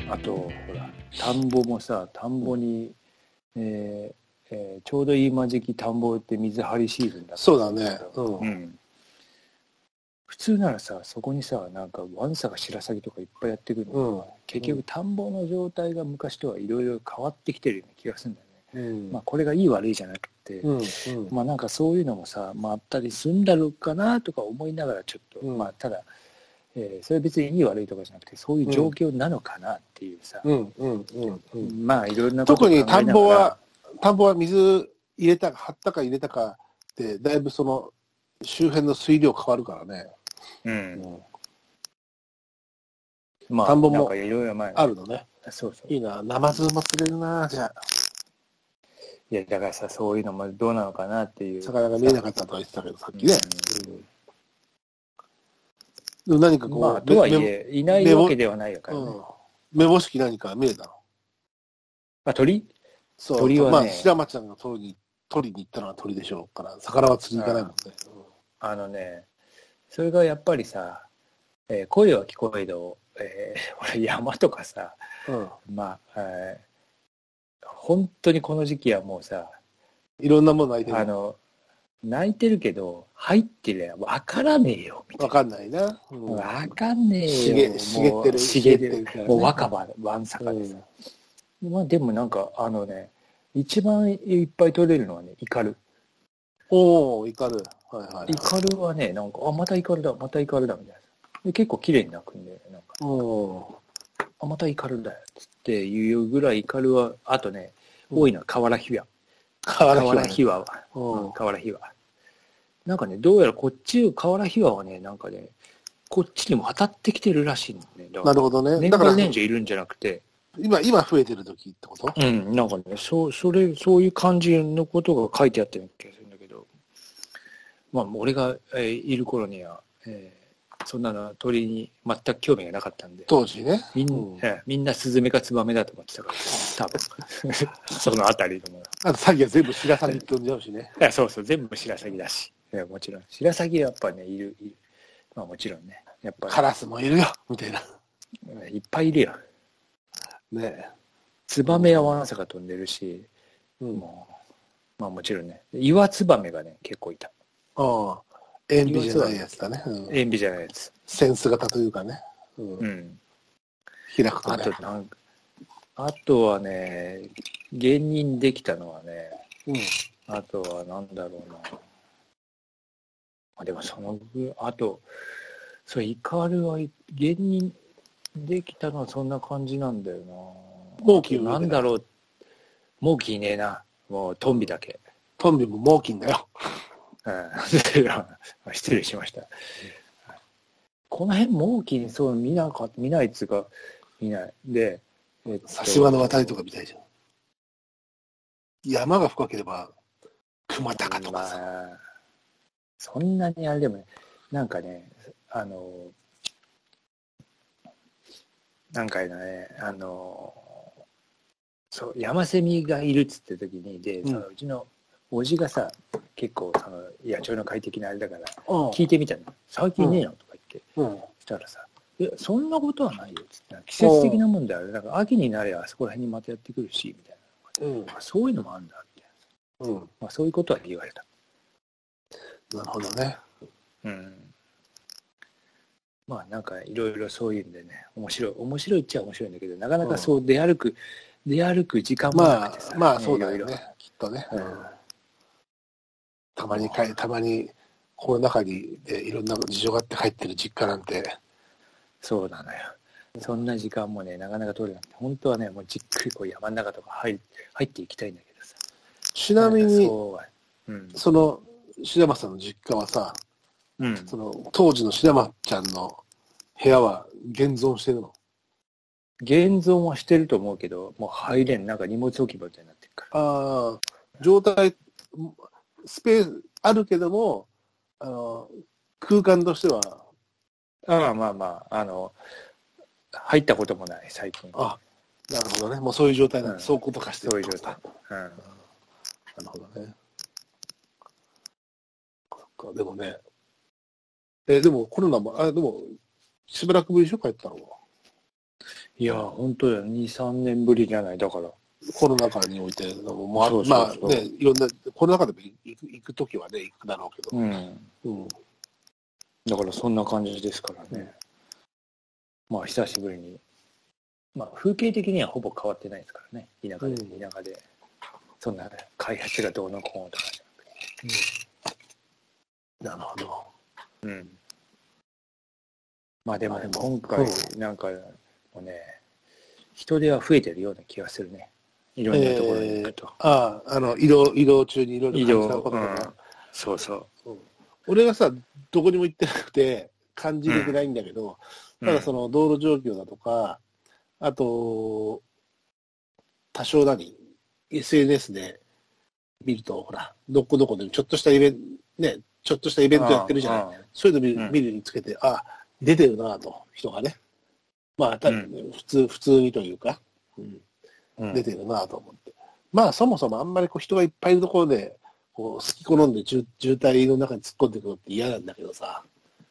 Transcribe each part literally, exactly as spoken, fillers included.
あとほら田んぼもさ、田んぼに、えーえー、ちょうどいい間時期田んぼって水張りシーズンだった。 そうだね、うん、 うん、普通ならさ、そこにさ、なんかワンサが白鷺とかいっぱいやってくるの、うん、結局田んぼの状態が昔とはいろいろ変わってきてるような気がするんだよね、うん、まあこれがいい悪いじゃなくて、うんうん、まあなんかそういうのもさ、まあ、あったりするんだろうかなとか思いながらちょっと、うん、まあただ、えー、それ別にいい悪いとかじゃなくて、そういう状況なのかなっていうさ、うんうんうんうん、まあいろいろなことを考えながら、 特に田んぼは田んぼは水入れたか張ったか入れたかでだいぶその周辺の水量変わるからね。うん。まあ田んぼもあるのね。そうそう。いいな、ナマズも釣れるな、じゃあ。 いやだからさ、そういうのもどうなのかなっていう。 魚が見えなかったとは言ってたけど、さっきね。うんうん、何かこう、 まあとはいえいないわけではないからね。 目星機何か見えたの？ あ、鳥？ そう、鳥はね、まあ白松ちゃんが取りに取りに行ったのは鳥でしょうから、魚は釣りに行かないもんね。 あのね、それがやっぱりさ、えー、声は聞こえど、えー、俺山とかさ、うん、まあ、えー、本当にこの時期はもうさ、 いろんなもの泣いてる。 あの泣いてるけど入ってるや分からねえよみたいな。 分かんないな。 うん、分かんねえよ。 茂ってる茂ってる、ね、もう若葉わんさかでさ。うん、まあでもなんかあのね、一番いっぱい取れるのはね、イカル。 おお、イカル。はいはい、はい。 イカルはね、なんか、あ、またイカルだ、またイカルだ、みたいな。で結構綺麗に鳴くんで、なんか、おあ、またイカルだよ、つっていうぐらいイカルは、あとね、うん、多いのはカワラヒワ。カワラヒワは。カワラヒワ。なんかね、どうやらこっち、カワラヒワはね、なんかね、こっちにも当たってきてるらしいんで、ね。 なるほどね。 年がら年中いるんじゃなくて、 今、今増えてる時ってこと？ うん、なんかね、そう、それ、そういう感じのことが書いてあったような気がするんだけど、まあ、俺が、えー、いる頃には、えー、そんなの鳥に全く興味がなかったんで、 当時ね。 みん、うんえー、みんなスズメかツバメだと思ってたから、多分そのあたりのもの。 あと、詐欺は全部白鷺って呼んじゃうしね。 いや、そうそう、全部白鷺だし、いやもちろん、白鷺はやっぱね、いる、いる。まあもちろんね、やっぱり。 カラスもいるよ、みたいな。 いっぱいいるよ。 ねえ。 ツバメはわんさか飛んでるし、うん、もうまあもちろんね、岩ツバメがね、結構いた。 ああ、塩ビじゃないやつだね。 うん、塩ビじゃないやつ。 センス型というかね。うん。うん、開くとね。 あとなんか、あとはね、芸人できたのはね、うん、あとはなんだろうな。あでもそのぐ、あと、それイカルは芸人できたのはそんな感じなんだよな。 モーキーなんだろう。モーキーいねえな。もうトンビだけ。 トンビもモーキーだよ。 うん、失礼しました。この辺モーキーにそう見なか見ないっつうか見ないで、 えっと、差し輪の渡りとか見たいじゃん。山が深ければ熊高とかさ、まあ、 そんなにあれでもね、なんかね、あのなんかね、あのそう山セミがいるっつって時にで、そのうちのおじがさ、結構その野鳥の快適なあれだから聞いてみたの。最近ねえのとか言って、うん、そしたらさ、いやそんなことはないよっつって、季節的なもんである。なんか秋になればあそこら辺にまたやってくるしみたいな、うん、そういうのもあるんだみたいな、うんまあ、そういうことは言われた。 なるほどね。 うん。まあなんかいろいろそういうんでね、面白い面白いっちゃ面白いんだけど、なかなかそう出歩く、うん、出歩く時間もなくてさ、 まあまあそうだよね、きっとね。うん、たまに帰たまにコロナ禍にでいろんな事情があって帰ってる実家なんて。 そうなのよ。そんな時間もねなかなか取れなくて、本当はねもうじっくりこう山の中とか入入っていきたいんだけどさ。 ちなみにそ,、うん、その白松さんの実家はさ、うん、その当時の白松ちゃんの部屋は現存してるの？ 現存はしてると思うけど、もう入れん、なんか荷物置き場みたいになってるから。 ああ、状態スペースあるけども、あの空間としては。 ああまあまああの入ったこともない最近。 あ、なるほどね。もうそういう状態なんで、うん、倉庫とかしてる。 そういう状態。うん。なるほどね。そっか、でもね。え、でもコロナもあでもしばらくぶりでしょ帰ったのは。 いや、本当よ、に、さんねんぶりじゃない、だから。 コロナ禍において、まあ、そうそうそうまあね、いろんな、コロナ禍でも行く行くときはね、行くだろうけど、うんうん。 だからそんな感じですからね。うん、まあ、久しぶりに。まあ、風景的にはほぼ変わってないですからね、田舎で、うん、田舎で。そんな開発がどうのこうのとかじゃなくて。 うん、なるほど。 うん。まあでもね、今回、なんか、もうね、人手は増えてるような気がするね。いろんなところに行くと。 えー、ああ、あの、移動、移動中にいろいろ感じたこととか、うん。 そうそう、 うん。俺がさ、どこにも行ってなくて、感じれてないんだけど、うん、ただその道路状況だとか、あと、多少何 エスエヌエス で見ると、ほら、どこどこでちょっとしたイベント、ね、ちょっとしたイベントやってるじゃない。そういうの見る、うん、見るにつけて、あ、出てるなと、人がね。まあ、たうん、普通、普通にというか、うんうん、出てるなと思って。まあ、そもそもあんまりこう人がいっぱいいるところで、こう、好き好んで渋滞の中に突っ込んでくるって嫌なんだけどさ。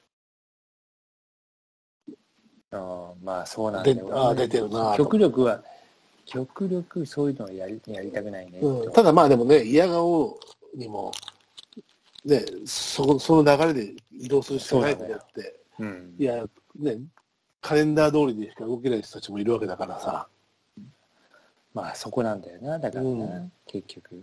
あまあ、そうなんだよ。 ああ、出てるな極力は、極力そういうのはやりやりたくないね、 うん。ただまあでもね、嫌顔にも、ね、そその流れで移動するしかないことって、うん、いや、ね、カレンダー通りでしか動けない人たちもいるわけだからさ。 まあそこなんだよな、だからな、うん、結局。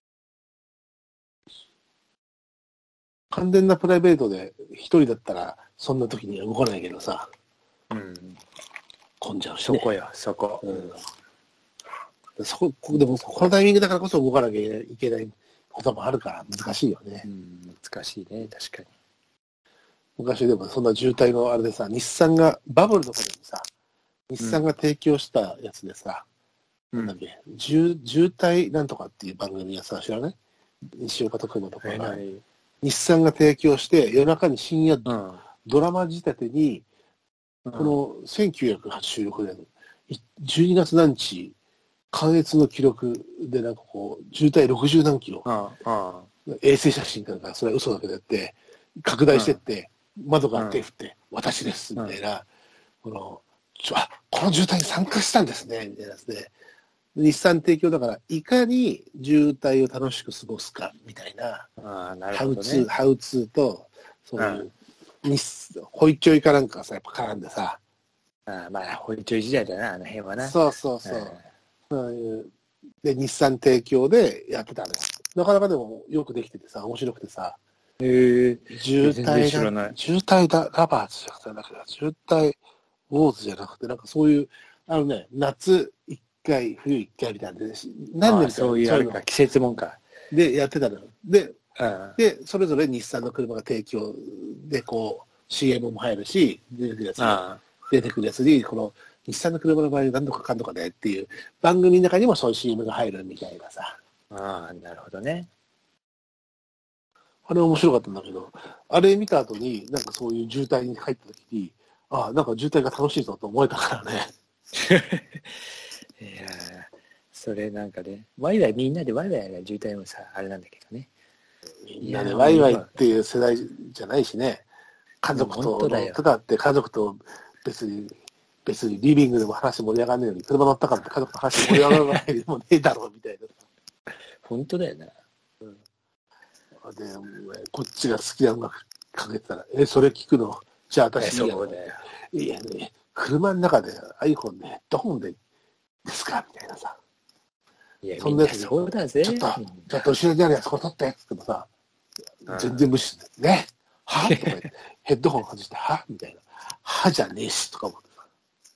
完全なプライベートで一人だったら、そんな時には動かないけどさ。うん。混んじゃうし、 ね。そこよ、そこ。 うん、そこ、でもこのタイミングだからこそ動かなきゃいけないこともあるから難しいよね。 うん、難しいね、確かに。 昔でもそんな渋滞のあれでさ、日産が、バブルとかでもさ、日産が提供したやつでさ、うん、なんだっけ、渋滞なんとかっていう番組やさ、知らない？西岡徳馬とかが、日産が提供して夜中に深夜、うん、ドラマ仕立てに、うん、このせんきゅうひゃくはちじゅうろくねんじゅうにがつ何日、関越の記録でなんかこう、渋滞ろくじゅう何キロ、ああ衛星写真なんかそれは嘘だけどやって、拡大してって、うん、窓から手振って、うん、私です、みたいな、うん、この、ちょあ、この渋滞に参加したんですね、みたいなやつで、日産提供だから、いかに渋滞を楽しく過ごすか、みたいな、 あなるほどね、 ハウツー、ハウツーと、そういう、うん、ホイチョイかなんかさ、やっぱ絡んでさ、 あまあ、ホイチョイ時代だな、あの辺はな。 そうそうそう。うんそういうで、日産提供でやってたのよ。なかなかでもよくできててさ、面白くてさ。 へえー。 渋滞だ、渋滞だ、ラバーズじゃなくて、渋滞ウォーズじゃなくて、なんかそういう、あのね、夏一回、冬一回みたいな、 何年かそういうあれか、季節もんか。 で、やってたのよ。で、で、それぞれ日産の車が提供で、こう、シーエム も入るし、出てくるやつ出てくるやつに、この、日産の車の場合何とかかんとかでっていう番組の中にもそういう シーエム が入るみたいなさ。 ああ、なるほどね。 あれ面白かったんだけど、あれ見た後になんかそういう渋滞に入った時に、ああ、なんか渋滞が楽しいぞと思えたからね。 いやそれなんかね、ワイワイみんなでワイワイやる渋滞もさ、あれなんだけどね。 みんなでワイワイっていう世代じゃないしね。家族と、ただって家族と別に、別にリビングでも話盛り上がらないように、車乗ったからって家族の話盛り上がらないでもねえだろうみたいな。 本当だよな。 うん、で、こっちが好きな音楽かけてたら、え、それ聞くのじゃあ私いいや、いやね、車の中で iPhone でドーンでですかみたいなさ。 いや、そんなやつそうだぜ。 ちょっと、ちょっと後ろにあるやつこれ撮ってっつってもさ、全然無視して、ね、はとか言って、ヘッドホン外して、はみたいな。はじゃねえし、とか思ってさ。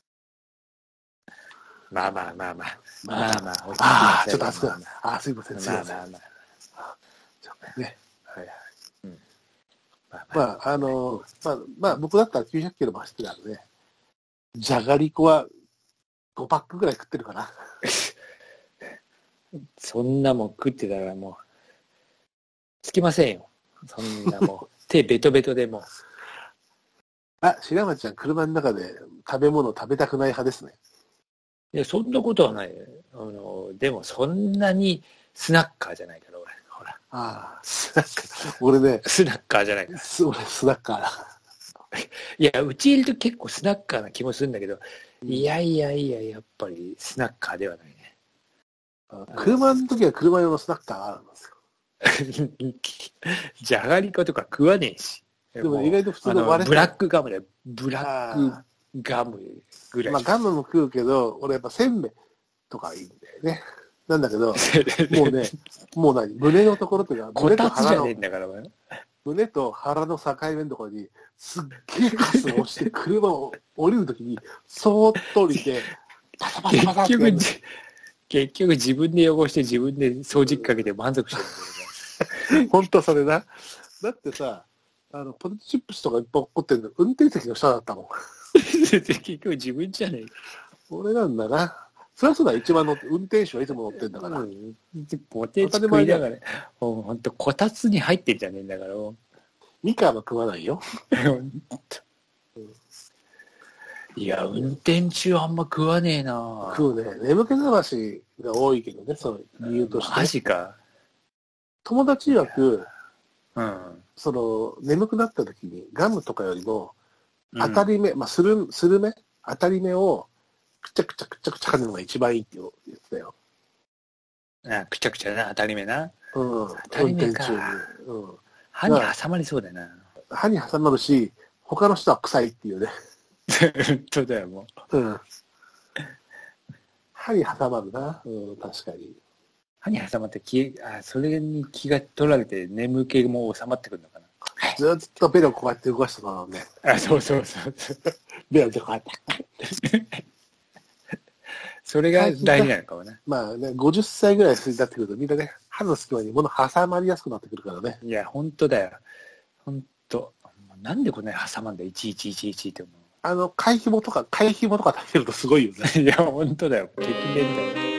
まあまあまあまあ。まあまあ、 ああ、ちょっと熱くなる。ああ、すいません、すいません。まあまあまあ。ね。はいはい。うん、まあ、あの、まあ、まあ、僕だったらきゅうひゃくキロも走ってたんでね、じゃがりこはごパックぐらい食ってるかな。 そんなもん食ってたらもう、つきませんよ。そんなもう、手ベトベトでもう。 あ、白松ちゃん、車の中で食べ物食べたくない派ですね。 いや、そんなことはない。あの、でもそんなにスナッカーじゃないから、俺。ほら。 ああ、スナッカー。俺ね。 スナッカーじゃないから。 俺、スナッカーだ。 いや、うちいると結構スナッカーな気もするんだけど、いやいやいや、やっぱりスナッカーではないね。 車の時は車用のスナッカーがあるんですよ。 じゃがりことか食わねえし。 でも意外と普通の割れたブラックガムで、ブラックガムぐらい。 まあガムも食うけど、俺やっぱせんべいとかいいんだよね。なんだけど、もうね、もう何胸のところというか、 こたつじゃねえんだから、 胸と腹の境目のところに、すっげえカスを押して、車を降りるときに、そーっと降りて、パサパサパサってやる。 結局自分で汚して自分で掃除機かけて満足してるんだよね。本当それな。だってさ、あの、ポテトチップスとかいっぱい起こってるの、運転席の下だったもん。 結局自分じゃねえ。 俺なんだな。そりゃそうだ、一番乗って、運転手はいつも乗ってんだから。うん、 ポテチ食いながら、ほんとこたつに入ってんじゃねえんだから。 ミカは食わないよ。 いや、運転中あんま食わねえな。 食うね。眠気覚ましが多いけどね、その理由として。 マジか。 友達曰く、 うん、 その、眠くなった時にガムとかよりも、当たり目、うん、まあ、する、する目当たり目を、くちゃくちゃくちゃくちゃ噛むのが一番いいって言ってたよ。 あ、くちゃくちゃな、当たり目な。 うん。 当たり目か。うん。歯に挟まりそうだよな。 歯に挟まるし、他の人は臭いっていうね。 本当だよ、もう。うん。歯に挟まるな。うん、確かに。 歯に挟まって気、あ、それに気が取られて眠気も収まってくるのかな。 ずっとベロこうやって動かしてたのね。 あ、そうそうそうそう。 ベロでこうやって。 それが大事なのかもね。 まあね、ごじゅっさいぐらい過ぎたってくると、みんなね、歯の隙間に物挟まりやすくなってくるからね。 いや、ほんとだよ。ほんと。なんでこんなに挟まんだよ、いちいちいちいちって思う。 あの、貝紐とか、貝紐とか食べるとすごいよね。 いや、ほんとだよ。激変だよ。